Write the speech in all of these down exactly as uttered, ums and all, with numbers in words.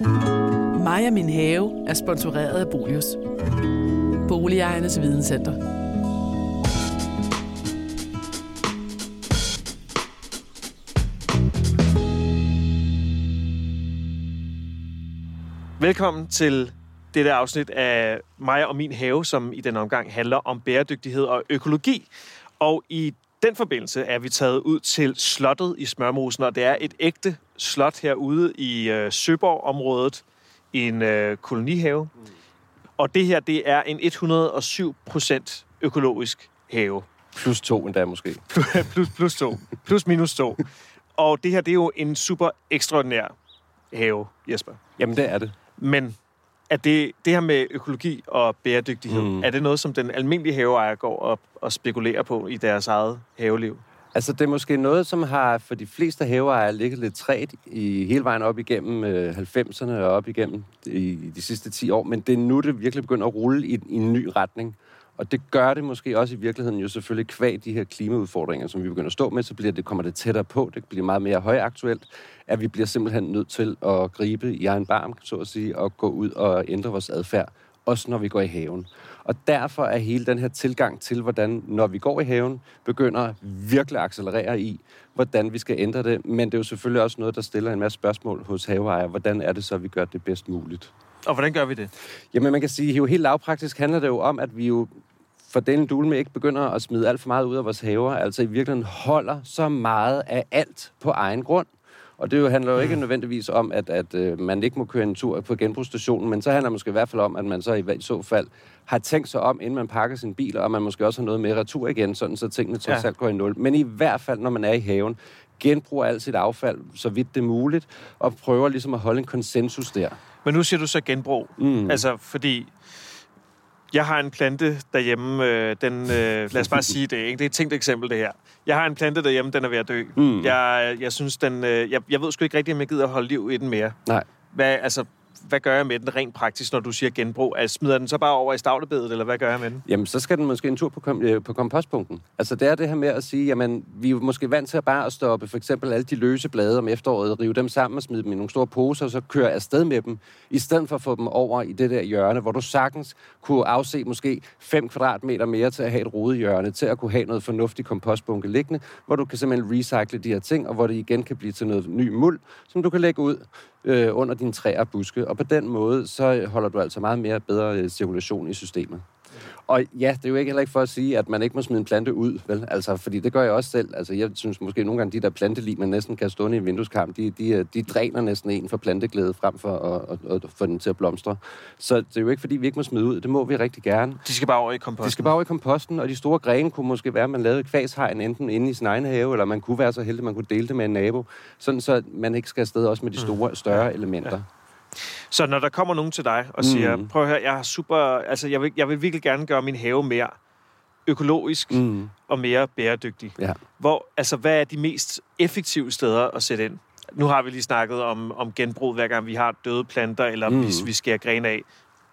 Mig og min have er sponsoreret af Bolius. Boligejernes Videnscenter. Velkommen til dette afsnit af Mig og min have, som i den omgang handler om bæredygtighed og økologi. Og i den forbindelse er vi taget ud til slottet i Smørmosen, og det er et ægte slot herude i øh, Søborg-området, i en øh, kolonihave. Mm. Og det her, det er en hundrede og syv procent økologisk have. Plus to endda måske. plus, plus to. Plus minus to. Og det her, det er jo en super ekstraordinær have, Jesper. Jamen, det er det. Men er det, det her med økologi og bæredygtighed, mm. er det noget, som den almindelige haveejer går og, og spekulerer på i deres eget haveliv? Altså, det er måske noget, som har for de fleste haveejere ligget lidt træt i hele vejen op igennem øh, halvfemserne og op igennem i de sidste ti år, men det er nu, det virkelig begynder at rulle i, i en ny retning. Og det gør det måske også i virkeligheden jo selvfølgelig kvad de her klimaudfordringer, som vi begynder at stå med, så bliver det, kommer det tættere på, det bliver meget mere højaktuelt, at vi bliver simpelthen nødt til at gribe i egen barm, så at sige, og gå ud og ændre vores adfærd, også når vi går i haven. Og derfor er hele den her tilgang til, hvordan, når vi går i haven, begynder virkelig at accelerere i, hvordan vi skal ændre det. Men det er jo selvfølgelig også noget, der stiller en masse spørgsmål hos haveejere. Hvordan er det så, at vi gør det bedst muligt? Og hvordan gør vi det? Jamen, man kan sige, at jo helt lavpraktisk handler det jo om, at vi jo for den dule med ikke begynder at smide alt for meget ud af vores haver. Altså i virkeligheden holder så meget af alt på egen grund. Og det jo handler jo ikke nødvendigvis om, at, at øh, man ikke må køre en tur på genbrugsstationen, men så handler det måske i hvert fald om, at man så i, i så fald har tænkt sig om, inden man pakker sin bil, og man måske også har noget med retur igen, sådan så tingene trods alt går i nul. Men i hvert fald, når man er i haven, genbruger alt sit affald, så vidt det er muligt, og prøver ligesom at holde en konsensus der. Men nu siger du så genbrug. Mm. Altså, fordi jeg har en plante derhjemme, øh, den, øh, lad os bare sige det, ikke? Det er et tænkt eksempel, det her. Jeg har en plante derhjemme, den er ved at dø. Mm. Jeg, jeg synes, den, øh, jeg, jeg ved sgu ikke rigtig, om jeg gider at holde liv i den mere. Nej. Hvad, altså, hvad gør jeg med den rent praktisk, når du siger genbrug? Altså, smider den så bare over i stavlebedet, eller hvad gør jeg med den? Jamen, så skal den måske en tur på, kom- på kompostpunkten. Altså, det er det her med at sige, jamen, vi er måske vant til at bare at stoppe for eksempel alle de løse blade om efteråret, rive dem sammen og smide dem i nogle store poser, og så køre afsted med dem, i stedet for at få dem over i det der hjørne, hvor du sagtens kunne afse måske fem kvadratmeter mere til at have et rodehjørne, til at kunne have noget fornuftigt kompostbunke liggende, hvor du kan simpelthen recycle de her ting, og hvor det igen kan blive til noget ny muld, som du kan lægge ud øh, under dine træer og buske. Og på den måde, så holder du altså meget mere bedre øh, cirkulation i systemet. Og ja, det er jo ikke heller ikke for at sige, at man ikke må smide en plante ud, vel? Altså, fordi det gør jeg også selv. Altså, jeg synes måske nogle gange, de der plantelig, man næsten kan stå i en vindueskarm, de, de, de dræner næsten en for planteglæde frem for at, at, at få den til at blomstre. Så det er jo ikke, fordi vi ikke må smide ud. Det må vi rigtig gerne. De skal bare over i komposten. De skal bare over i komposten, og de store grene kunne måske være, at man lavede et kvæshegn enten inde i sin egen have, eller man kunne være så heldig, at man kunne dele det med en nabo, sådan så man ikke skal afsted også med de store, større elementer. Ja. Så når der kommer nogen til dig og siger, mm. prøv at høre, jeg har super, altså jeg vil, jeg vil virkelig gerne gøre min have mere økologisk mm. og mere bæredygtig. Ja. Hvor, altså, hvad er de mest effektive steder at sætte ind? Nu har vi lige snakket om, om genbrug, hver gang vi har døde planter, eller mm. hvis vi skærer grene af.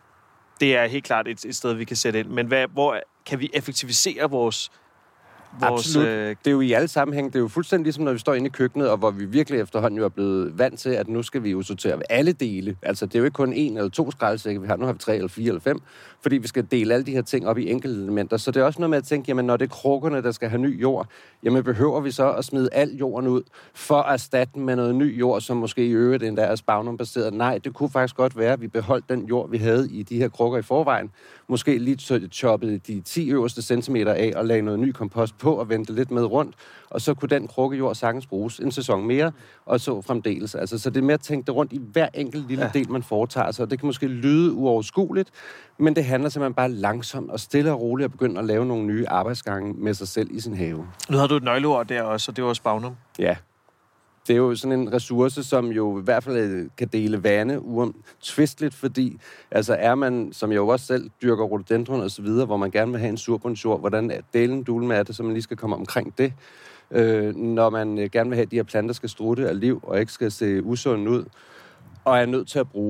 Det er helt klart et, et sted, vi kan sætte ind. Men hvad, hvor kan vi effektivisere vores Vores, Absolut. Øh... Det er jo i alle sammenhæng. Det er jo fuldstændig ligesom, når vi står inde i køkkenet, og hvor vi virkelig efterhånden jo er blevet vant til, at nu skal vi jo sortere alle dele. Altså, det er jo ikke kun en eller to skraldesække, vi har. Nu har vi tre eller fire eller fem, fordi vi skal dele alle de her ting op i enkelte elementer. Så det er også noget med at tænke, jamen, når det er krukkerne, der skal have ny jord, jamen, behøver vi så at smide al jorden ud for at erstatte den med noget ny jord, som måske i øvrigt endda er spagnumbaseret? Nej, det kunne faktisk godt være, at vi beholdt den jord, vi havde i de her krukker i forvejen. Måske lige choppede de ti øverste centimeter af og lagde noget ny kompost på og vendte lidt med rundt, og så kunne den krukkejord sagtens bruges en sæson mere, og så fremdeles. Altså, så det er med at tænke det rundt i hver enkelt lille ja. del, man foretager sig. Det kan måske lyde uoverskueligt, men det handler simpelthen bare langsomt og stille og roligt at begynde at lave nogle nye arbejdsgange med sig selv i sin have. Nu havde du et nøgleord der også, og det var spagnum. Ja. Det er jo sådan en ressource, som jo i hvert fald kan dele vande uomtvisteligt, fordi altså er man, som jeg jo også selv dyrker rhododendron og så videre, hvor man gerne vil have en surbundsjord, hvordan er delen dule med det, så man lige skal komme omkring det. Øh, når man gerne vil have, at de her planter skal strutte af liv og ikke skal se usunde ud, og er nødt til at bruge det,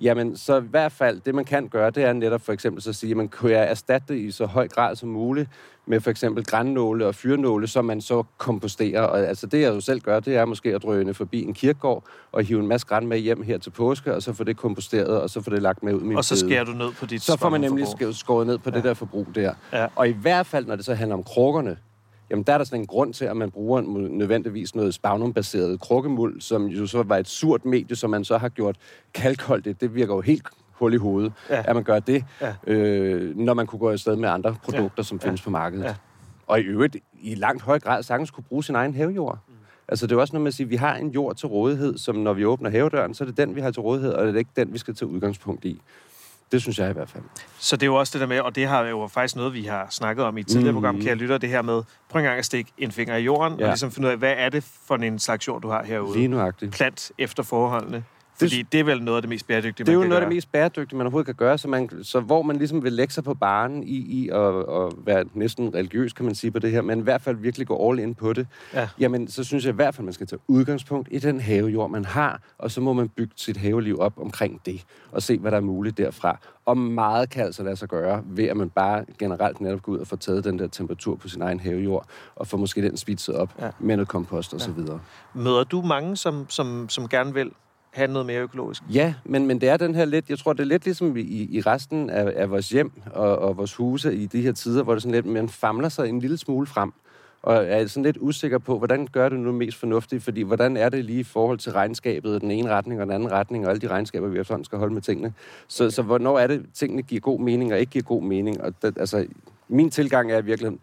Jamen, så i hvert fald, det man kan gøre, det er netop for eksempel så at sige, at man kan erstatte det i så høj grad som muligt med for eksempel grænnåle og fyrnåle, som man så komposterer. Og altså det, jeg jo selv gør, det er måske at drøne forbi en kirkegård og hive en masse græn med hjem her til påske, og så få det komposteret, og så få det lagt med ud i min Og så bede. skærer du ned på dit Så får man nemlig forbrug. skåret ned på ja. det der forbrug der. Ja. Og i hvert fald, når det så handler om krukkerne, jamen der er der sådan en grund til, at man bruger nødvendigvis noget sphagnum-baseret krukkemuld, som jo så var et surt medie, som man så har gjort kalkholdigt. Det virker jo helt hul i hovedet, ja. at man gør det, ja. øh, når man kunne gå afsted med andre produkter, ja. som findes ja. på markedet. Ja. Og i øvrigt, i langt høj grad, sagtens kunne bruge sin egen havejord. Mm. Altså det er også noget med at sige, at vi har en jord til rådighed, som når vi åbner havedøren, så er det den, vi har til rådighed, og det er ikke den, vi skal tage udgangspunkt i. Det synes jeg i hvert fald. Så det er jo også det der med, og det har jo faktisk noget, vi har snakket om i et tidligere mm. program, kære lytter, det her med, prøv en gang at stikke en finger i jorden, ja. og ligesom finde ud af, hvad er det for en slags jord, du har herude? Lige nuagtigt. Plant efter forholdene. Fordi det, det er vel noget af det mest bæredygtige, man kan gøre. Det er jo noget gøre. af det mest bæredygtige, man overhovedet kan gøre, så, man, så hvor man ligesom vil lægge sig på baren i, i at, at være næsten religiøs, kan man sige på det her, men i hvert fald virkelig gå all in på det, ja. jamen så synes jeg i hvert fald, man skal tage udgangspunkt i den havejord, man har, og så må man bygge sit haveliv op omkring det, og se, hvad der er muligt derfra. Og meget kan altså lade sig gøre, ved at man bare generelt netop går ud og får taget den der temperatur på sin egen havejord, og får måske den spidset op ja. med noget kompost og ja. så videre. Møder du mange, som, som, som gerne vil have noget mere økologisk? Ja, men, men det er den her lidt, jeg tror, det er lidt ligesom i, i resten af, af vores hjem og, og vores huse i de her tider, hvor det sådan lidt, man famler sig en lille smule frem, og er sådan lidt usikker på, hvordan gør det nu mest fornuftigt, fordi hvordan er det lige i forhold til regnskabet, den ene retning og den anden retning, og alle de regnskaber, vi efterhånden skal holde med tingene. Så, så hvornår er det, tingene giver god mening og ikke giver god mening? Og det, altså, min tilgang er i virkeligheden,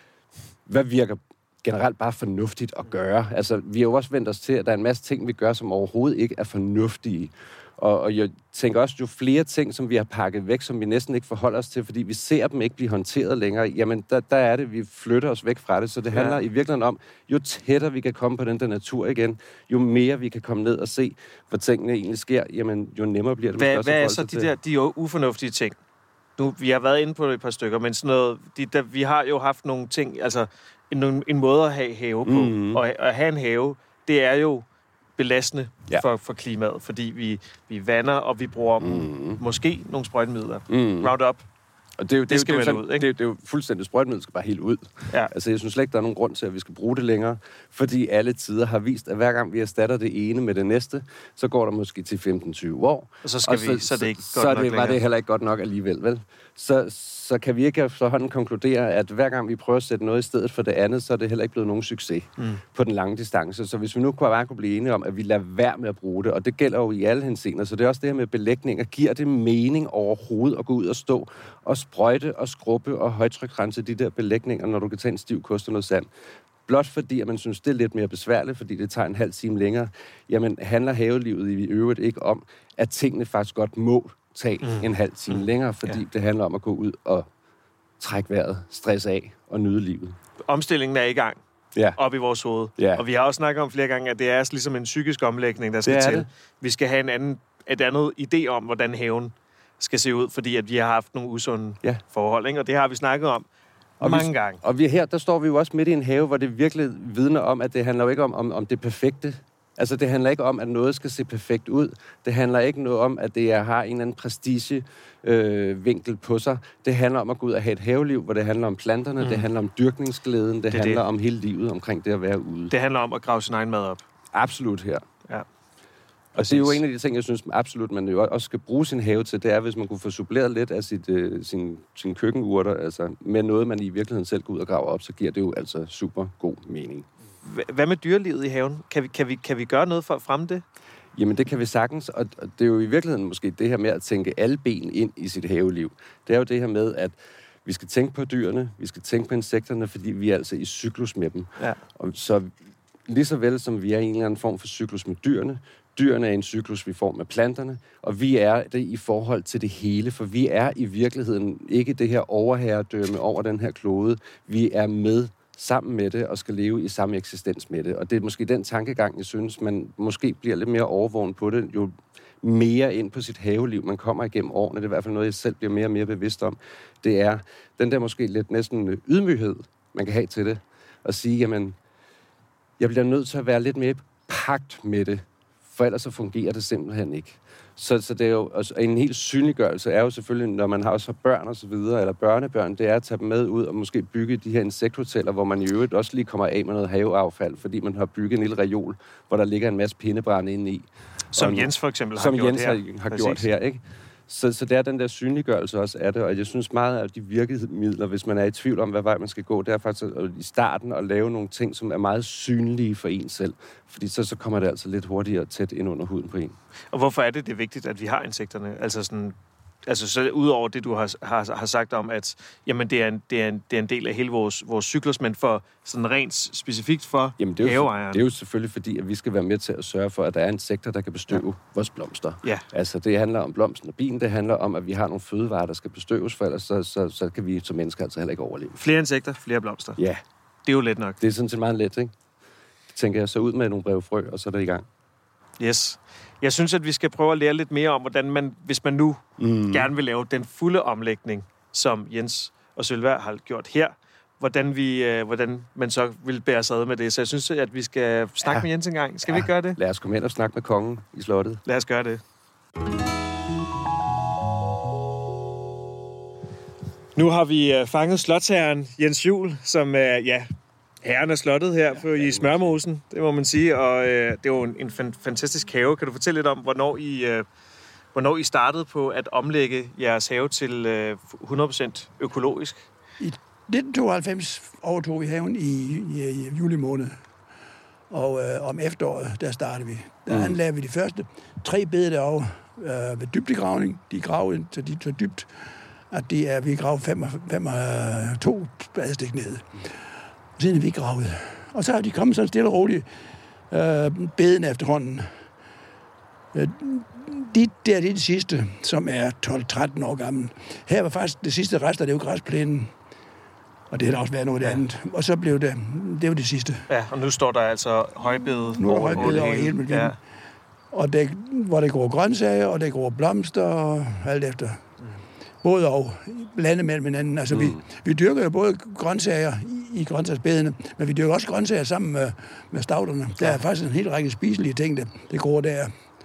hvad virker generelt bare fornuftigt at gøre. Altså, vi har jo også vendt os til, at der er en masse ting, vi gør, som overhovedet ikke er fornuftige. Og, og jeg tænker også, jo flere ting, som vi har pakket væk, som vi næsten ikke forholder os til, fordi vi ser dem ikke blive håndteret længere, jamen, der, der er det, vi flytter os væk fra det. Så det handler ja. i virkeligheden om, jo tættere vi kan komme på den der natur igen, jo mere vi kan komme ned og se, hvor tingene egentlig sker, jamen, jo nemmere bliver det. Hvad, hvad er så de til. der de jo ufornuftige ting? Nu, vi har været inde på et par stykker, men sådan noget, de, der, vi har jo haft nogle ting, altså en, en måde at have have på, mm-hmm. og at have en have, det er jo belastende ja. for, for klimaet, fordi vi, vi vander, og vi bruger mm-hmm. måske nogle sprøjtemidler. Mm-hmm. Roundup. Og det, er jo, det, det skal det, det, ud, ikke? Det, det er jo fuldstændig sprøjtemiddel, skal bare helt ud. Ja. Altså, jeg synes slet ikke, der er nogen grund til, at vi skal bruge det længere, fordi alle tider har vist, at hver gang vi erstatter det ene med det næste, så går der måske til femten til tyve år. Og så skal og så, vi, så er det ikke så, godt så nok det, var det heller ikke godt nok alligevel, vel? Så, så kan vi ikke efterhånden konkludere, at hver gang vi prøver at sætte noget i stedet for det andet, så er det heller ikke blevet nogen succes mm. på den lange distance. Så hvis vi nu kunne bare kunne blive enige om, at vi lader være med at bruge det, og det gælder jo i alle henseender, så det er også det her med belægninger. Giver det mening overhovedet at gå ud og stå og sprøjte og skrubbe og højtryksrense de der belægninger, når du kan tage en stiv kost og noget sand? Blot fordi, at man synes, det er lidt mere besværligt, fordi det tager en halv time længere, jamen handler havelivet i øvrigt ikke om, at tingene faktisk godt må tage mm. en halv time mm. længere, fordi ja. det handler om at gå ud og trække vejret, stresse af og nyde livet. Omstillingen er i gang ja. op i vores hoved. Ja. Og vi har også snakket om flere gange, at det er ligesom en psykisk omlægning, der skal til. Det. Vi skal have en anden, et andet idé om, hvordan haven skal se ud, fordi at vi har haft nogle usunde ja. forhold, ikke? Og det har vi snakket om og mange vi, gange. Og vi, her, der står vi jo også midt i en have, hvor det virkelig vidner om, at det handler jo ikke om, om, om det perfekte. Altså, det handler ikke om, at noget skal se perfekt ud. Det handler ikke noget om, at det har en eller anden prestige øh, vinkel på sig. Det handler om at gå ud og have et haveliv, hvor det handler om planterne, mm. det handler om dyrkningsglæden, det, det handler det. om hele livet omkring det at være ude. Det handler om at grave sin egen mad op. Absolut her. Ja. Og det er jo en af de ting, jeg synes absolut, man jo også skal bruge sin have til, det er, hvis man kunne få suppleret lidt af sit, øh, sin, sin køkkenurter, altså med noget, man i virkeligheden selv går ud og graver op, så giver det jo altså super god mening. Hvad med dyrelivet i haven? Kan vi, kan vi, kan vi gøre noget for at fremme det? Jamen, det kan vi sagtens, og det er jo i virkeligheden måske det her med at tænke alle ben ind i sit haveliv. Det er jo det her med, at vi skal tænke på dyrene, vi skal tænke på insekterne, fordi vi er altså i cyklus med dem. Ja. Og så lige så vel som vi er i en eller anden form for cyklus med dyrene, dyrene er en cyklus, vi får med planterne, og vi er det i forhold til det hele, for vi er i virkeligheden ikke det her overherredømme over den her klode. Vi er med sammen med det, og skal leve i samme eksistens med det. Og det er måske den tankegang, jeg synes, man måske bliver lidt mere overvågen på det, jo mere ind på sit haveliv, man kommer igennem årene. Det er i hvert fald noget, jeg selv bliver mere og mere bevidst om. Det er den der måske lidt næsten ydmyghed, man kan have til det, og sige, jamen, jeg bliver nødt til at være lidt mere pagt med det, For ellers så fungerer det simpelthen ikke. Så, så det er jo, altså, en helt synliggørelse er jo selvfølgelig, når man har så børn og så videre, eller børnebørn, det er at tage dem med ud og måske bygge de her insekthoteller, hvor man i øvrigt også lige kommer af med noget haveaffald, fordi man har bygget en lille reol, hvor der ligger en masse pindebrænde inde i. Som og, Jens for eksempel har som gjort Jens her. Har, har gjort her, ikke? Så, så det er den der synliggørelse også af det, og jeg synes meget af de virkemidler, hvis man er i tvivl om, hvad vej man skal gå, det er faktisk at, i starten at lave nogle ting, som er meget synlige for en selv. Fordi så, så kommer det altså lidt hurtigere tæt ind under huden på en. Og hvorfor er det, det er vigtigt, at vi har insekterne? Altså sådan... Altså, så udover det, du har, har, har sagt om, at jamen, det, er en, det, er en, det er en del af hele vores, vores cyklus, men for sådan rent specifikt for jamen, det er jo, haveejeren. Det er jo selvfølgelig fordi, at vi skal være med til at sørge for, at der er insekter, der kan bestøve ja. vores blomster. Ja. Altså, det handler om blomsten og bien, det handler om, at vi har nogle fødevarer, der skal bestøves, for ellers så, så, så kan vi som mennesker altså heller ikke overleve. Flere insekter, flere blomster. Ja. Det er jo let nok. Det er sådan set meget let, ikke? Det tænker jeg så ud med nogle brevfrø, og så er det i gang. Yes. Jeg synes, at vi skal prøve at lære lidt mere om, hvordan man, hvis man nu mm. gerne vil lave den fulde omlægning, som Jens og Sølvær har gjort her, hvordan, vi, øh, hvordan man så vil bære sig ad med det. Så jeg synes, at vi skal snakke ja. med Jens en gang. Skal ja. vi ikke gøre det? Lad os komme ind og snakke med kongen i slottet. Lad os gøre det. Nu har vi øh, fanget slotsherren Jens Juel, som er, øh, ja... herren er slottet her på, i Smørmosen, det må man sige, og øh, det er jo en, en fantastisk have. Kan du fortælle lidt om, hvornår I, øh, hvornår I startede på at omlægge jeres have til øh, hundrede procent økologisk? I nitten tooghalvfems overtog vi haven i, i, i juli måned, og øh, om efteråret, der startede vi. Der mm. anlagde vi de første tre bede derovre øh, ved dybdegravning. De er gravet så, de, så dybt, at de er, vi gravet fem, fem, to spadestik ned. Siden er vi gravet. Og så har de kommet sådan stille og roligt øh, beden efterhånden. Øh, de der, det er det sidste, som er tolv tretten år gammel. Her var faktisk det sidste rester, det er jo græsplænen. Og det har også været noget ja. andet. Og så blev det, det var det sidste. Ja, og nu står der altså højbede. Nu er højbede over hele miljøet. Ja. Og det, hvor det går grøntsager, og det går blomster, og alt efter. Både og blande mellem hinanden. Altså, mm. vi, vi dyrker jo både grøntsager i, i grøntsagsbedene, men vi dyrker også grøntsager sammen med, med stavterne. Der er faktisk en hel række spiselige ting, det, det går der.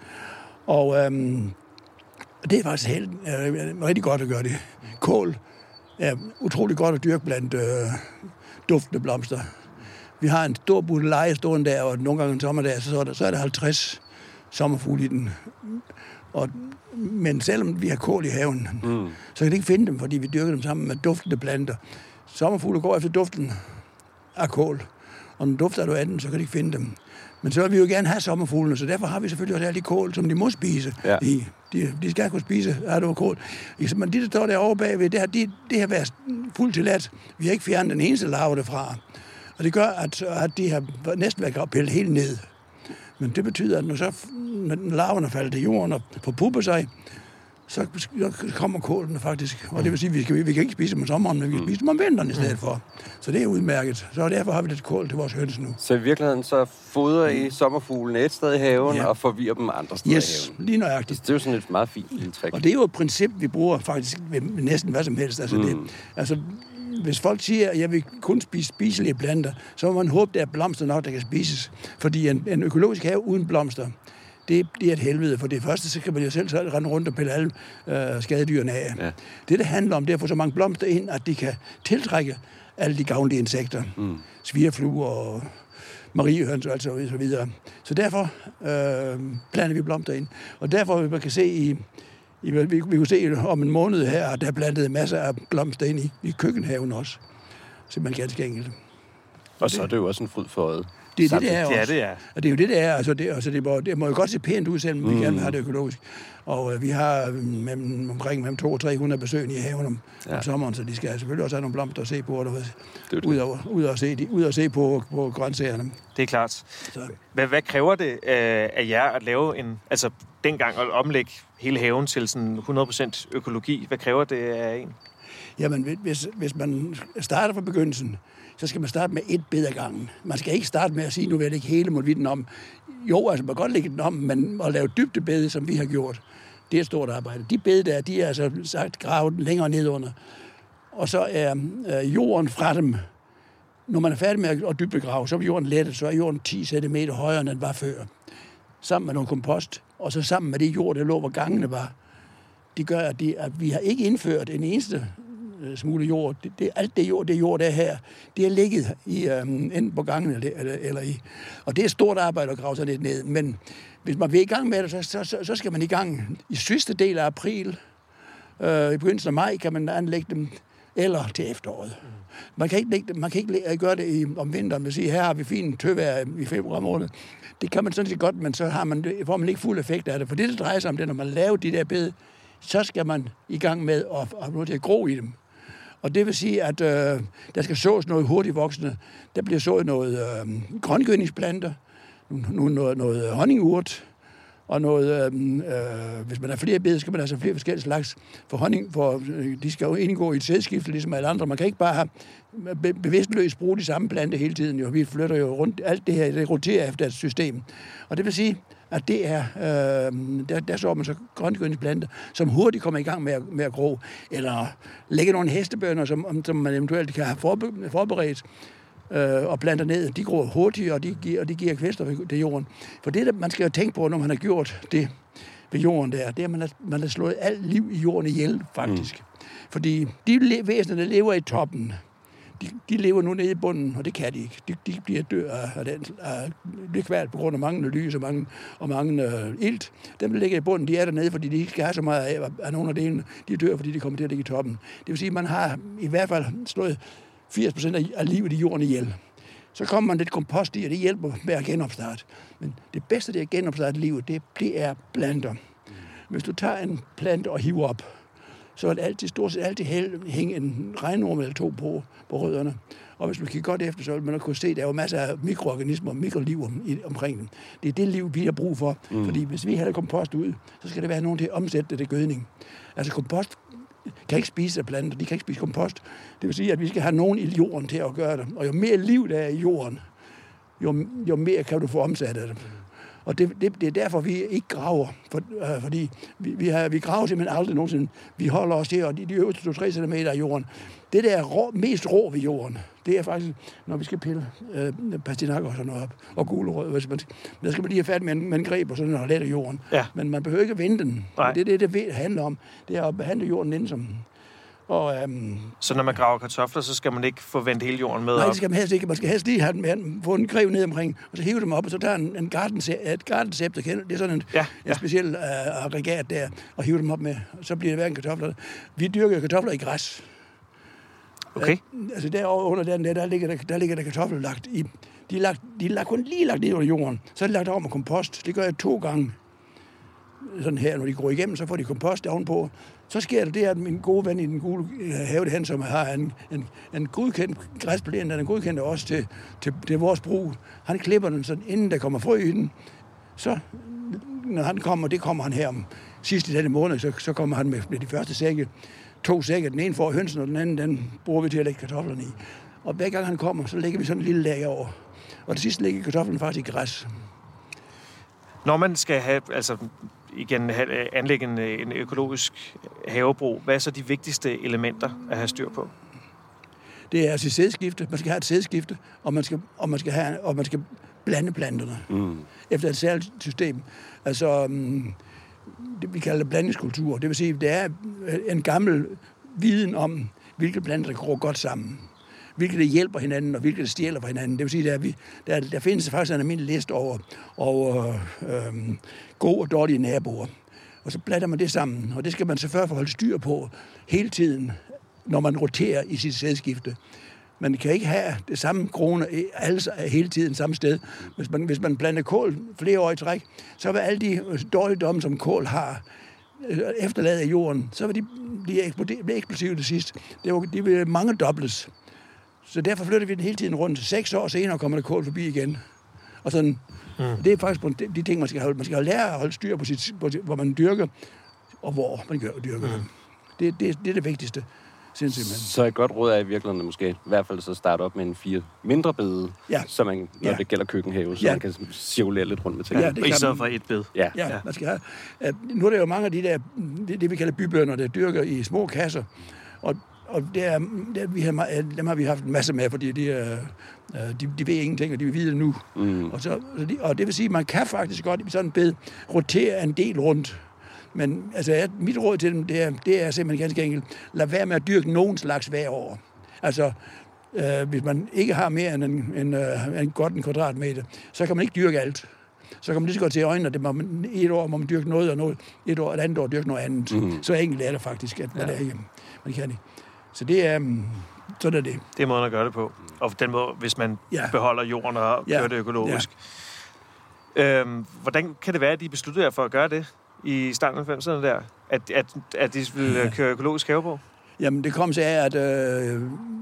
Og øhm, det er faktisk helt, øh, rigtig godt at gøre det. Kål er utrolig godt at dyrke blandt øh, duftende blomster. Vi har en stor butte leje stående der, og nogle gange en sommerdag, så er der, så er der halvtreds sommerfugle i den. Og men selvom vi har kål i haven, mm. så kan det ikke finde dem, fordi vi dyrker dem sammen med duftende planter. Sommerfugle går efter duften af kål, og når dufter du af den, så kan de ikke finde dem. Men så vil vi jo gerne have sommerfuglene, så derfor har vi selvfølgelig også alle de kål, som de må spise ja. i. De, de skal kunne spise af det kål. Men de, der står derovre bagved, det har, de, det har været fuldt tilladt. Vi har ikke fjernet den eneste larve derfra. Og det gør, at, at de har næsten været pillet helt ned. Men det betyder, at når så når larverne falder til jorden og forpupper sig, så kommer kålene faktisk. Og det vil sige, at vi kan, vi kan ikke spise dem om sommeren, men vi kan spise dem om vinteren i stedet for. Så det er udmærket. Så derfor har vi lidt kål til vores høns nu. Så i virkeligheden så fodrer I sommerfuglene et sted i haven, ja. og forvirrer dem andre steder yes, i haven? Lige nøjagtigt. Det er jo sådan et meget fint lille trick. Og det er jo et princip, vi bruger faktisk ved næsten hvad som helst. Altså, mm. det, altså hvis folk siger, at jeg vil kun spise spiselige planter, så må man håbe, at der er blomster nok, der kan spises. Fordi en, en økologisk have uden blomster, det, det er et helvede. For det første, så kan man jo selv rende rundt og pille alle øh, skadedyrene af. Ja. Det, det handler om, det er at få så mange blomster ind, at de kan tiltrække alle de gavnlige insekter. Mm. Svirfluer og mariehøns og altså, så videre. Så derfor øh, planter vi blomster ind. Og derfor, vi kan se i Vi, vi, vi kunne se om en måned her, at der er plantet masser af blomster ind i, i køkkenhaven også. Simpelthen ganske enkelt. Og så er det jo også en fryd for øjet. Det er det, det er også. Ja, det er. Og det er jo det, det er. Altså, det, altså, det, må, det må jo godt se pænt ud, selvom mm. vi gerne vil have det økologisk. Og øh, vi har mellem, omkring mellem to og tre hundrede besøgende i haven om, ja. om sommeren, så de skal selvfølgelig også have nogle blomster at se på, eller ud, over, ud, og se, de, ud og se på, på grøntsagerne. Det er klart. Hvad, hvad kræver det øh, af jer at lave en, altså dengang at omlægge hele haven til sådan hundrede procent økologi? Hvad kræver det af en? Jamen, hvis, hvis man starter fra begyndelsen, så skal man starte med et bed ad gangen. Man skal ikke starte med at sige, nu vil jeg lægge hele molvitten om. Jo, altså man kan godt lægge den om, men at lave dybdebede, som vi har gjort, det er et stort arbejde. De bede der, de er altså sagt gravet længere ned under. Og så er øh, jorden fra dem, når man er færdig med at dybdegrave, så er jorden lettet, så er jorden ti centimeter højere, end den var før. sammen med noget kompost, og så sammen med det jord, der lå, hvor gangene var, det gør, at, de, at vi har ikke indført en eneste øh, smule jord. Det, det, alt det jord, det jord, der er her, det er ligget i, øh, enten på gangen eller, eller, eller i... Og det er et stort arbejde at grave sig lidt ned, men hvis man vil i gang med det, så, så, så, så skal man i gang i sidste del af april. Øh, I begyndelsen af maj kan man anlægge dem, eller til efteråret. Man kan ikke, lægge, man kan ikke gøre det i, om vinteren. Man siger, her har vi fint tøvejr i februar måned. Det kan man sådan set godt, men så har man, får man ikke fuld effekt af det. For det, det drejer sig om, det når man laver de der bed, så skal man i gang med at, at, at gro i dem. Og det vil sige, at øh, der skal sås noget hurtigt voksende. Der bliver sået noget øh, grøngødningsplanter, noget, noget, noget honningurt, og noget, øh, hvis man har flere bed, skal man have så flere forskellige slags for honning, for øh, de skal jo indgå i et sædskifte, ligesom alle andre. Man kan ikke bare have be- bevidstløst bruge de samme plante hele tiden. Jo. Vi flytter jo rundt, alt det her, det roterer efter et system. Og det vil sige, at det er, øh, der, der så man så grøngødningsplanter, som hurtigt kommer i gang med at, med at gro, eller lægge nogle hestebønner, som, som man eventuelt kan have forberedt, øh, og planter ned. De gror hurtigt, og de giver, og de giver kvælstof til jorden. For det, man skal jo tænke på, når man har gjort det ved jorden der, det er, at man har, man har slået alt liv i jorden ihjel, faktisk. Mm. Fordi de væsener, der lever i toppen, De, de lever nu nede i bunden, og det kan de ikke. De, de bliver dør af, af, den, af det kvalt på grund af manglende lys og mange, og mange øh, ilt. Dem, der ligger i bunden, de er dernede, fordi de ikke skal have så meget af, af nogle af delene. De dør, fordi de kommer til at ligge i toppen. Det vil sige, at man har i hvert fald slået firs procent af, af livet i jorden ihjel. Så kommer man lidt kompost i, og det hjælper med at genopstarte. Men det bedste, det er at genopstarte livet, det, det er planter. Hvis du tager en plante og hiver op, så vil altid, stort set altid hænge en regnorm eller to på, på rødderne. Og hvis man kigger godt efter, så vil man kunne se, at der er jo masser af mikroorganismer og mikroliv om, i, omkring dem. Det er det liv, vi har brug for. Mm. Fordi hvis vi hælder kompost ud, så skal der være nogen til at omsætte det til gødning. Altså kompost kan ikke spise af planter, de kan ikke spise kompost. Det vil sige, at vi skal have nogen i jorden til at gøre det. Og jo mere liv der er i jorden, jo, jo mere kan du få omsat af det. Og det, det, det er derfor, vi ikke graver. For, øh, fordi vi, vi, har, vi graver simpelthen aldrig nogensinde. Vi holder os her, og de, de øverste to til tre centimeter af jorden. Det, der er rå, mest rå ved jorden, det er faktisk, når vi skal pille øh, pastinakker og sådan noget op, og gulerød. Hvis man, der skal man lige have fat med en, med en greb og sådan noget, og lette jorden. Ja. Men man behøver ikke at vende den. Det er det, det handler om. Det er at behandle jorden inden som... Og, øhm, så når man graver kartofler, så skal man ikke forvente hele jorden med nej, op? Nej, det skal man helst ikke. Man skal helst lige have den, få en grev ned omkring, og så hive dem op, og så tager en, en gardensæbt, det er sådan en, ja, ja. en speciel uh, aggregat der, og hive dem op med, og så bliver det hverken kartofler. Vi dyrker kartofler i græs. Okay. Uh, altså derovre under den der, der ligger der, der, ligger der kartofler lagt i, de er, lagt, de er lagt, kun lige lagt ned under jorden, så er de lagt over med kompost. Det gør jeg to gange. Sådan her, når de går igennem, så får de kompost ovenpå. Så sker det, det er, at min gode ven i den gule have, han som har en, en, en godkendt græsplæne, den er godkendt også til, til, til vores brug. Han klipper den, så inden der kommer frø i den, så når han kommer, det kommer han her om sidste denne måned, så, så kommer han med, med de første sække. To sække, den ene får hønsen, og den anden, den bruger vi til at lægge kartoflerne i. Og hver gang han kommer, så lægger vi sådan en lille lag over. Og det sidste lægger kartoflen faktisk i græs. Når man skal have, altså igen anlægge en, en økologisk havebrug, hvad er så de vigtigste elementer at have styr på? Det er altså sædskifte. Man skal have et sædskifte, og man skal, og man skal, have, og man skal blande planterne mm. efter et særligt system. Altså, det, vi kalder det blandingskultur. Det vil sige, at det er en gammel viden om, hvilke planter, der går godt sammen. Hvilke der hjælper hinanden, og hvilke der stjæler fra hinanden. Det vil sige, at der, der, der findes faktisk en almindelig liste over, over øh, gode og dårlige naboer. Og så blander man det sammen, og det skal man selvfølgelig holde styr på hele tiden, når man roterer i sit sædskifte. Man kan ikke have det samme kroner hele tiden samme sted. Hvis man, hvis man blander kål flere år i træk, så vil alle de dårligdomme, som kål har, efterladet af jorden, så vil de blive eksplosive til sidst. De vil mange dobles. Så derfor flytter vi den hele tiden rundt. Seks år senere kommer der kål forbi igen. Og sådan, mm. det er faktisk de ting, man skal holde. Man skal lære at holde styr på, sit, på hvor man dyrker, og hvor man gør, dyrker mm. det. Det, det er det vigtigste. Så et godt råd er i virkeligheden måske i hvert fald så starte op med en fire mindre bede, ja. Så man, når ja. det gælder køkkenhave, så ja. man kan cirkulere lidt rundt med tingene. Ja, det I stedet for et bed. Ja. Ja, ja. Man skal have, nu er der jo mange af de der, det, det vi kalder bybønder, der dyrker i små kasser, og og det er, det er, vi har, dem har vi haft en masse med, fordi de, er, de, de ved ingenting, og de vil vide nu. Mm. Og, så, og det vil sige, at man kan faktisk godt i sådan en bed rotere en del rundt. Men altså, mit råd til dem, det er, det er simpelthen ganske enkelt, lad være med at dyrke nogen slags hver år. Altså, øh, hvis man ikke har mere end en, en, en, en godt en kvadratmeter, så kan man ikke dyrke alt. Så kan man lige så godt til øjnene, at det må man, et år må man dyrke noget, og noget, et år, et andet år dyrke noget andet. Mm. Så enkelt er det faktisk, at man, ja. er ikke, man kan ikke. Så det er, sådan er det. Det er måden at gøre det på. Og den måde, hvis man ja. beholder jorden og kører ja. det økologisk. Ja. Øhm, hvordan kan det være, at de besluttede jer for at gøre det i starten af halvfemserne der? At, at, at de ville ja. køre økologisk havbrug? Jamen, det kom så af, at øh,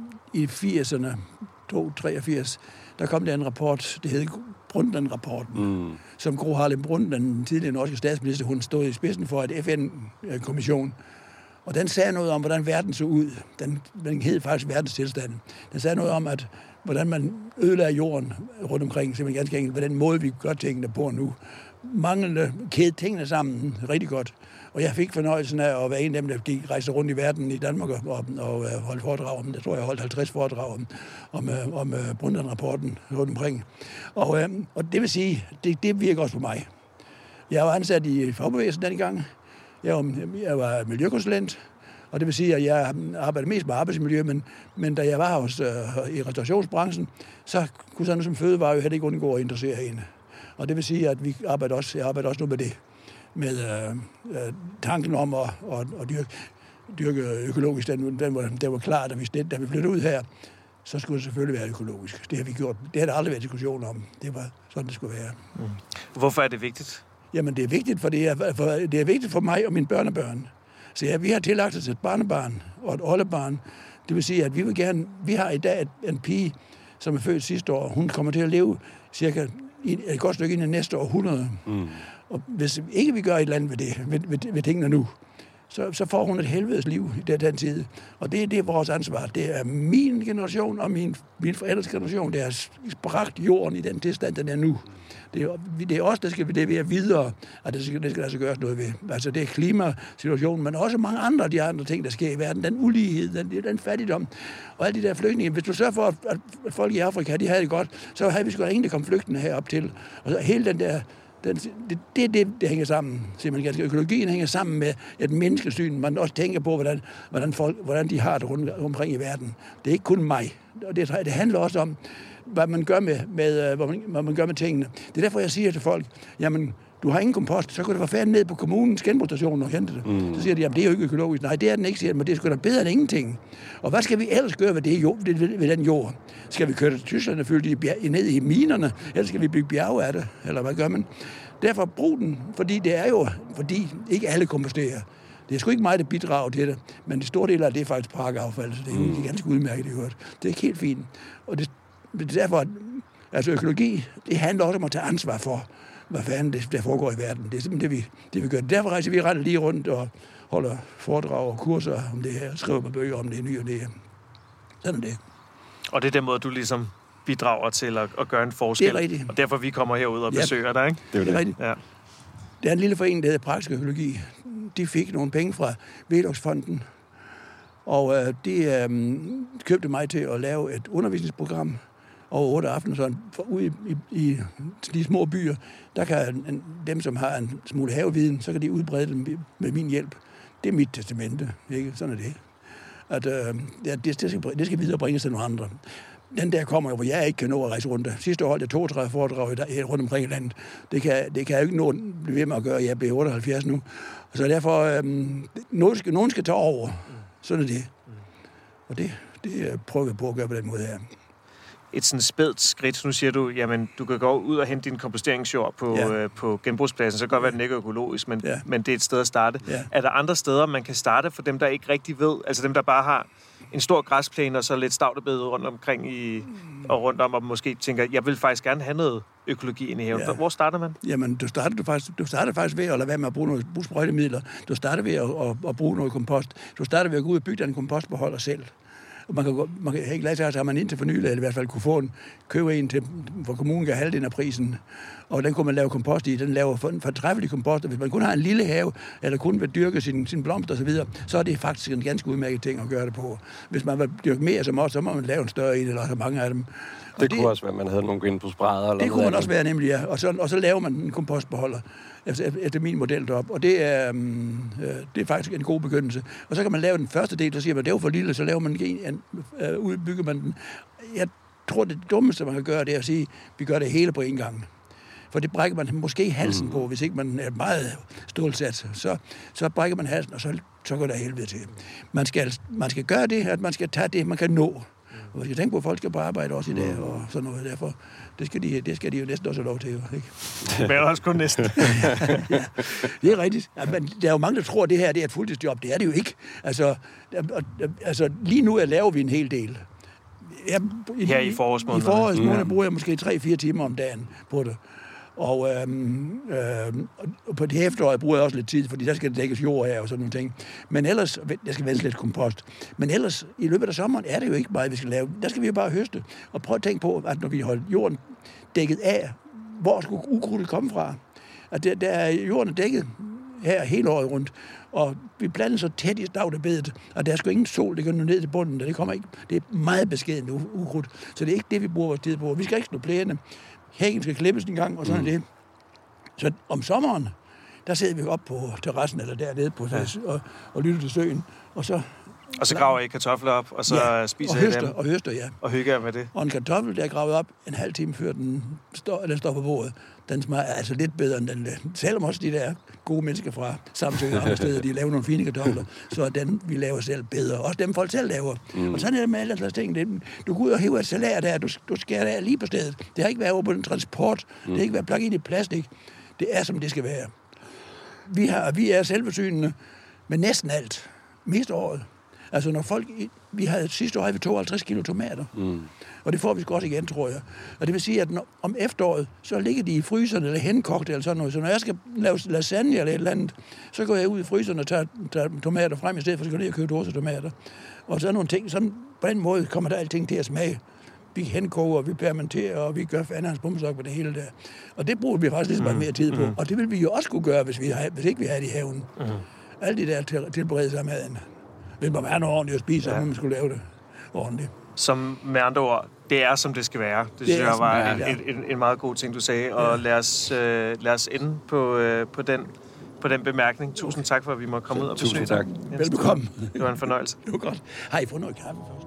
i firserne, to treogfirs, der kom der en rapport, det hed Brundtland-rapporten, mm. som Gro Harlem Brundtland, den tidligere norske statsminister, hun stod i spidsen for et F N-kommission. Og den sagde noget om, hvordan verden så ud. Den, den hed faktisk verdenstilstanden. Den sagde noget om, at hvordan man ødelagde jorden rundt omkring, simpelthen ganske enkelt, på den måde, vi gør tingene på nu. Manglende kæde tingene sammen rigtig godt. Og jeg fik fornøjelsen af at være en af dem, der gik rejse rundt i verden i Danmark og, og, og holdt foredrag om. Jeg tror, jeg holdt halvtreds foredrag om, om, om, om Brundtland-rapporten rundt omkring. Og, og det vil sige, det, det virker også på mig. Jeg var ansat i fagbevægelsen dengang. Jeg var, jeg var miljøkonsulent, og det vil sige, at jeg arbejdede mest med arbejdsmiljø, men, men da jeg var hos, øh, i restaurationsbranchen, så kunne sådan som fødevare jo heller ikke undgå at interessere hende. Og det vil sige, at vi arbejder også, jeg arbejder også nu med det, med øh, øh, tanken om at, at, at dyrke, dyrke økologisk. Den, den, var, den var klar, da vi, da vi flyttede ud her, så skulle det selvfølgelig være økologisk. Det har vi gjort. Det har der aldrig været diskussion om. Det var sådan, det skulle være. Mm. Hvorfor er det vigtigt? Jamen, det er vigtigt, for det er, for det er vigtigt for mig og mine børnebørn. Så ja, vi har tillagt os et barnebarn og et oldebarn. Det vil sige, at vi vil gerne... Vi har i dag en pige, som er født sidste år. Hun kommer til at leve cirka et godt stykke ind i næste århundrede. Mm. Og hvis ikke vi gør et eller andet ved det, ved, ved, ved tingene nu, så, så får hun et helvedes liv i den, den tid. Og det, det er vores ansvar. Det er min generation og min, min forældres generation, der har bragt jorden i den tilstand, den er nu. Det er, det er os, der skal levere videre, at det skal, det skal altså gøres noget ved. Altså det er klimasituationen, men også mange andre af de andre ting, der sker i verden. Den ulighed, den, den fattigdom og alle de der flygtninge. Hvis du sørger for, at, at folk i Afrika, de havde det godt, så havde vi sgu da ingen, der kom flygtende herop til. Og så hele den der... Den, det, det, det, det hænger sammen. Simpelthen. Økologien hænger sammen med et menneskesyn. Man også tænker på, hvordan, hvordan, folk, hvordan de har det rundt omkring i verden. Det er ikke kun mig. Det, det handler også om, hvad man gør med, med, hvad man, hvad man gør med tingene. Det er derfor, jeg siger til folk, jamen, du har ingen kompost, så kan du være færdig ned på kommunens genbrugsstation og hente det. Mm. Så siger de, jamen, det er jo ikke økologisk. Nej, det er den ikke, siger de, men det er sgu da bedre end ingenting. Og hvad skal vi ellers gøre ved, det jord, ved, ved den jord? Skal vi køre til Tyskland og fylde de ned i minerne, eller skal vi bygge bjerge af det? Eller hvad gør man? Derfor brug den, fordi det er jo, fordi ikke alle komposterer. Det er sgu ikke mig, der bidrager til det, men de store del af det er faktisk parkaffald, så det er jo mm. ganske udmærket, det hørt. Det er ikke helt fint. Og det, det er derfor, at altså økologi, det handler også om at tage ansvar for, hvad fanden det, der foregår i verden. Det er simpelthen det, vi, det, vi gør. Derfor rejser vi rent lige rundt og holder foredrag og kurser om det her, skriver på bøger om det nye og det her. Sådan er det. Og det er den måde, du ligesom bidrager til at, at gøre en forskel. Det er rigtigt. Og derfor vi kommer herud og besøger ja. dig, ikke? Det er, det er rigtigt. Ja. Der er en lille forening, der hedder Praktisk Økologi. De fik nogle penge fra Velox-fonden, og øh, de øh, købte mig til at lave et undervisningsprogram over otte aftener, sådan for ude i, i, i de små byer, der kan en, dem, som har en smule haveviden, så kan de udbrede dem med min hjælp. Det er mit testamente, ikke? Sådan er det. At, øh, ja, det, det, skal, det skal videre bringes til nogle andre. Den der kommer jo, hvor jeg ikke kan nå at rejse rundt. Sidste år holdt jeg toogtredive foredrag rundt omkring i landet. Det kan, det kan jeg jo ikke nå at blive ved med at gøre. Jeg bliver otteoghalvfjerds nu. Så derfor, øhm, nogen, skal, nogen skal tage over. Sådan er det. Og det, det prøver vi på at gøre på den måde her. Et sådan spædt skridt. Nu siger du, jamen, du kan gå ud og hente din komposteringsjord på, ja. øh, på genbrugspladsen. Så kan godt være, den ikke er økologisk, men, ja. men det er et sted at starte. Ja. Er der andre steder, man kan starte for dem, der ikke rigtig ved? Altså dem, der bare har en stor græsplæne og så lidt stavtebede rundt omkring i, og rundt om, og måske tænker, jeg vil faktisk gerne have noget økologi ind i haven. Ja. Hvor starter man? Jamen, du starter, du, faktisk, du starter faktisk ved at lade være med at bruge nogle sprøjtemidler. Du starter ved at, at, at bruge noget kompost. Du starter ved at gå ud og bygge en kompostbeholder selv. Og man kan, man kan ikke lade sig, at har man ind til fornyelse, eller i hvert fald kunne få en, købe en til, for kommunen kan halvdelen af prisen. Og den kunne man lave kompost i. Den laver fortræffelig kompost. Og hvis man kun har en lille have, eller kun vil dyrke sin, sin blomster osv., så, så er det faktisk en ganske udmærket ting at gøre det på. Hvis man vil dyrke mere som os, så må man lave en større en, eller så mange af dem. Det, det kunne også være, at man havde nogle genbrugsbrædder. Eller det kunne man også være, nemlig, ja. Og så, og så laver man en kompostbeholder, efter, efter min model deroppe. Og det er, um, det er faktisk en god begyndelse. Og så kan man lave den første del, så siger man, det er jo for lille, så laver man en, en, uh, udbygger man den. Jeg tror, det dummeste, man kan gøre, det er at sige, vi gør det hele på en gang. For det brækker man måske halsen på, hvis ikke man er meget stålsat. Så, så brækker man halsen, og så, så går der helvede til. Man skal, man skal gøre det, at man skal tage det, man kan nå. Og man skal tænke på, at folk skal på arbejde også i dag, og sådan noget. Derfor, det skal de, det skal de jo næsten også have lov til. Ikke? Men også kun næsten. Ja, det er rigtigt. Ja, men der er jo mange, der tror, at det her det er et fuldtidsjob. Det er det jo ikke. Altså, altså lige nu laver vi en hel del. Jeg, i, her i forårsmåneden. I forårsmåneden ja. bruger jeg måske tre fire timer om dagen på det. Og øhm, øhm, på det efteråret bruger jeg også lidt tid, fordi der skal dækkes jord af og sådan nogle ting. Men ellers, der skal vælge lidt kompost. Men ellers, i løbet af sommeren, er det jo ikke meget, vi skal lave. Der skal vi jo bare høste. Og prøve at tænke på, at når vi holder jorden dækket af, hvor skulle ukrudtet komme fra? At der, der er jorden dækket her hele året rundt. Og vi blander så tæt i stavtebedet, og der er sgu ingen sol, det går ned til bunden, det kommer ikke. Det er meget beskedent ukrudt. Så det er ikke det, vi bruger vores tid på. Vi skal ikke slå plæne. Hækken skal klippes en gang, og sådan mm. det. Så om sommeren, der sidder vi op på terrassen, eller dernede på, ja. og, og lytter til søen, og så... Og så graver I kartofler op, og så ja, spiser og høster, I dem. og høster, ja. Og hygger med det. Og en kartoffel, der er gravet op en halv time før den står, den står på bordet, den smager altså lidt bedre end den. Selvom også de der gode mennesker fra Samsø og andre steder, de laver nogle fine kartofler, så er den, vi laver selv bedre. Også dem, folk selv laver. Mm. Og sådan er det med alle slags ting. Det, du går ud og hiver et salat der, du, du skærer det af lige på stedet. Det har ikke været over på den transport. Mm. Det har ikke været plakket ind i plastik. Det er, som det skal være. Vi, har, vi er selvforsynende med næsten alt. Mest året. Altså når folk, vi havde sidste år havde vi tooghalvtreds kilo tomater, mm. og det får vi godt igen, tror jeg. Og det vil sige, at når, om efteråret, så ligger de i fryseren eller henkogt eller sådan noget. Så når jeg skal lave lasagne eller et eller andet, så går jeg ud i fryseren og tager, tager tomater frem i stedet for at gå ned og købe dåsetomater. Og sådan nogle ting, sådan på den måde kommer der alting til at smage. Vi henkoger, vi permenterer, og vi gør fandens bumsok på det hele der. Og det bruger vi faktisk lidt meget mere tid på. Mm. Og det vil vi jo også kunne gøre, hvis, vi har, hvis ikke vi har det i haven. Mm. Alle de der til, tilberedelse af maden. Hvis man har noget ordentligt at spise, ja. Så må man skulle lave det ordentligt. Som med andre ord, det er, som det skal være. Det, det synes jeg var en, en, en, en meget god ting, du sagde. Og ja. lad, os, øh, lad os ende på, øh, på, den, på den bemærkning. Tusind tak for, at vi måtte komme ud og besøge. Tusind tak. Velbekomme. Det var en fornøjelse. Det var godt. Har I fået noget kaffe først?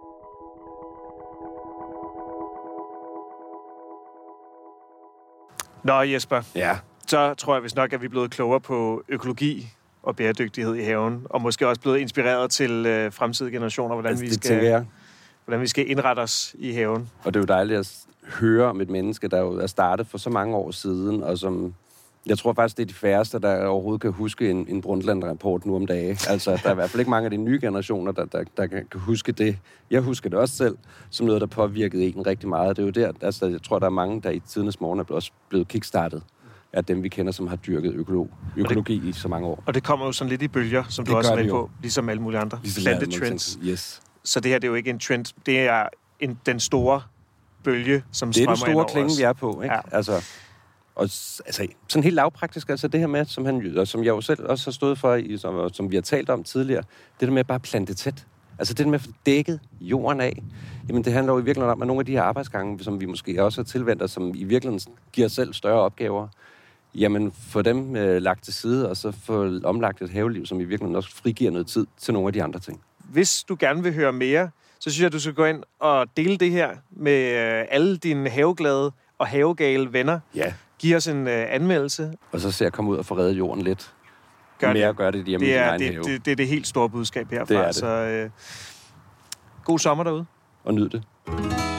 Nå, Jesper. Ja. Så tror jeg vist nok, at vi er blevet klogere på økologi og bæredygtighed i haven, og måske også blevet inspireret til øh, fremtidige generationer, hvordan, altså, vi skal, hvordan vi skal indrette os i haven. Og det er jo dejligt at høre om et menneske, der jo er startet for så mange år siden, og som, jeg tror faktisk, det er de færreste, der overhovedet kan huske en, en Brundtland-rapport nu om dagen. Altså, der er i hvert fald ikke mange af de nye generationer, der, der, der kan huske det. Jeg husker det også selv, som noget, der påvirkede en rigtig meget. Det er jo der, altså, jeg tror, der er mange, der i tidernes morgen er også blevet kickstartet af dem, vi kender, som har dyrket økolog, økologi det, i så mange år. Og det kommer jo sådan lidt i bølger, som det du også er inde på, ligesom alle mulige andre. Plantetrends. Yes. Så det her, det er jo ikke en trend. Det er en, den store bølge, som strømmer ind over os. Det er den store klinge, vi er på, ikke? Ja. Altså, og altså, sådan helt lavpraktisk, altså det her med, som, han, som jeg jo selv også har stået for, i, som, som vi har talt om tidligere, det der med bare plante tæt. Altså det der med at få dækket jorden af, jamen det handler jo i virkeligheden om, at nogle af de her arbejdsgange, som vi måske også har tilvendt os, som i virkeligheden giver os selv større opgaver, jamen få dem øh, lagt til side, og så få omlagt et haveliv, som i virkeligheden også frigiver noget tid til nogle af de andre ting. Hvis du gerne vil høre mere, så synes jeg, at du skal gå ind og dele det her med øh, alle dine haveglade og havegale venner. Ja. Giv os en øh, anmeldelse. Og så se at komme ud og få reddet jorden lidt. Gør mere det. at gøre det hjemme det er, i din egen det, have. Det, det er det helt store budskab herfra. Det er det. Så øh, god sommer derude. Og nyd det.